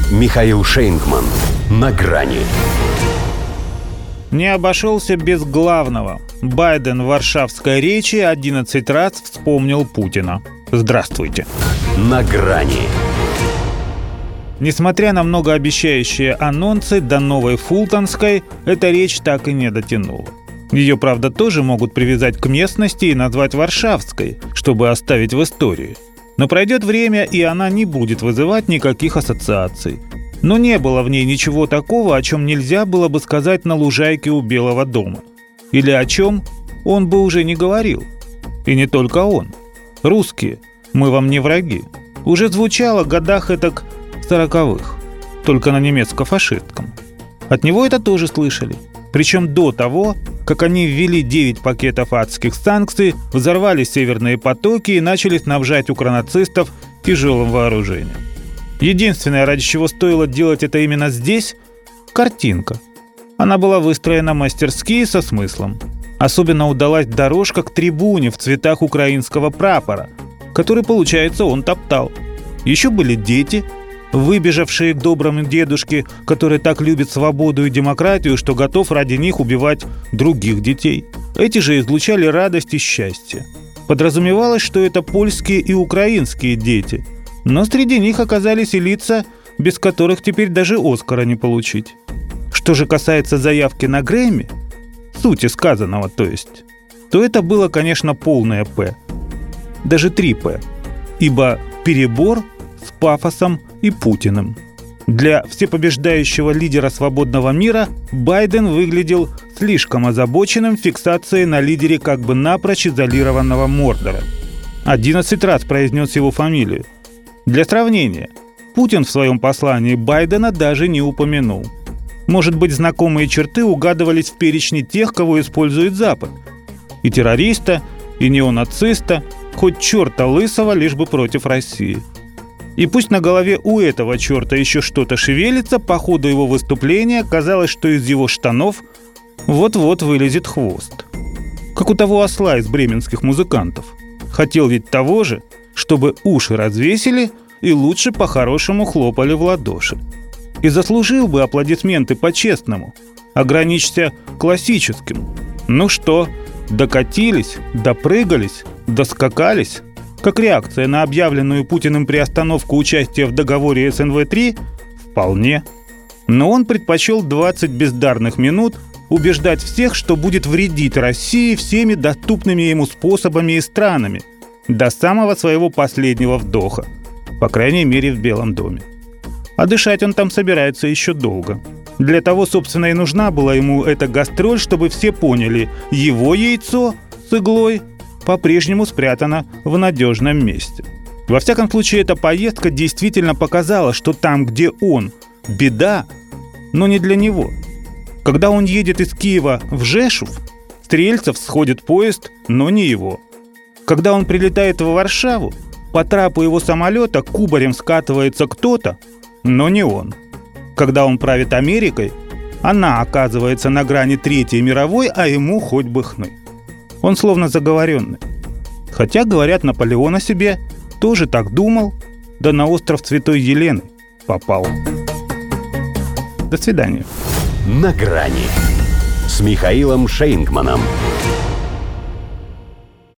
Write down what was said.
Михаил Шейнгман. На грани. Не обошелся без главного. Байден в варшавской речи 11 раз вспомнил Путина. Здравствуйте. На грани. Несмотря на многообещающие анонсы, до новой Фултонской эта речь так и не дотянула. Ее, правда, тоже могут привязать к местности и назвать Варшавской, чтобы оставить в истории. Но пройдет время, и она не будет вызывать никаких ассоциаций. Но не было в ней ничего такого, о чем нельзя было бы сказать на лужайке у Белого дома. Или о чем он бы уже не говорил. И не только он. «Русские, мы вам не враги» уже звучало в годах этак 40-х, только на немецко-фашистском. От него это тоже слышали. Причем до того, как они ввели 9 пакетов адских санкций, взорвали северные потоки и начали снабжать укронацистов тяжелым вооружением. Единственное, ради чего стоило делать это именно здесь – картинка. Она была выстроена мастерски и со смыслом. Особенно удалась дорожка к трибуне в цветах украинского прапора, который, получается, он топтал. Еще были дети, выбежавшие к доброму дедушке, который так любит свободу и демократию, что готов ради них убивать других детей. Эти же излучали радость и счастье. Подразумевалось, что это польские и украинские дети, но среди них оказались и лица, без которых теперь даже Оскара не получить. Что же касается заявки на Грэмми, сути сказанного, то это было, конечно, полное «П». Даже 3 «П», ибо перебор с пафосом и Путиным. Для всепобеждающего лидера свободного мира Байден выглядел слишком озабоченным фиксацией на лидере как бы напрочь изолированного Мордора. 11 раз произнес его фамилию. Для сравнения, Путин в своем послании Байдена даже не упомянул. Может быть, знакомые черты угадывались в перечне тех, кого использует Запад. И террориста, и неонациста, хоть черта лысого, лишь бы против России. И пусть на голове у этого черта еще что-то шевелится, по ходу его выступления казалось, что из его штанов вот-вот вылезет хвост. Как у того осла из бременских музыкантов. Хотел ведь того же, чтобы уши развесили и лучше по-хорошему хлопали в ладоши. И заслужил бы аплодисменты по-честному. Ограничься классическим. Ну что, докатились, допрыгались, доскакались? Как реакция на объявленную Путиным приостановку участия в договоре СНВ-3? Вполне. Но он предпочел 20 бездарных минут убеждать всех, что будет вредить России всеми доступными ему способами и странами, до самого своего последнего вдоха, по крайней мере в Белом доме. А дышать он там собирается еще долго. Для того, собственно, и нужна была ему эта гастроль, чтобы все поняли, его яйцо с иглой по-прежнему спрятано в надежном месте. Во всяком случае, эта поездка действительно показала, что там, где он, беда, но не для него. Когда он едет из Киева в Жешув, Стрельцев сходит поезд, но не его. Когда он прилетает в Варшаву, по трапу его самолета кубарем скатывается кто-то, но не он. Когда он правит Америкой, она оказывается на грани Третьей мировой, а ему хоть бы хны. Он словно заговоренный. Хотя, говорят, Наполеон о себе тоже так думал, да на остров Святой Елены попал. До свидания. На грани с Михаилом Шейнгманом.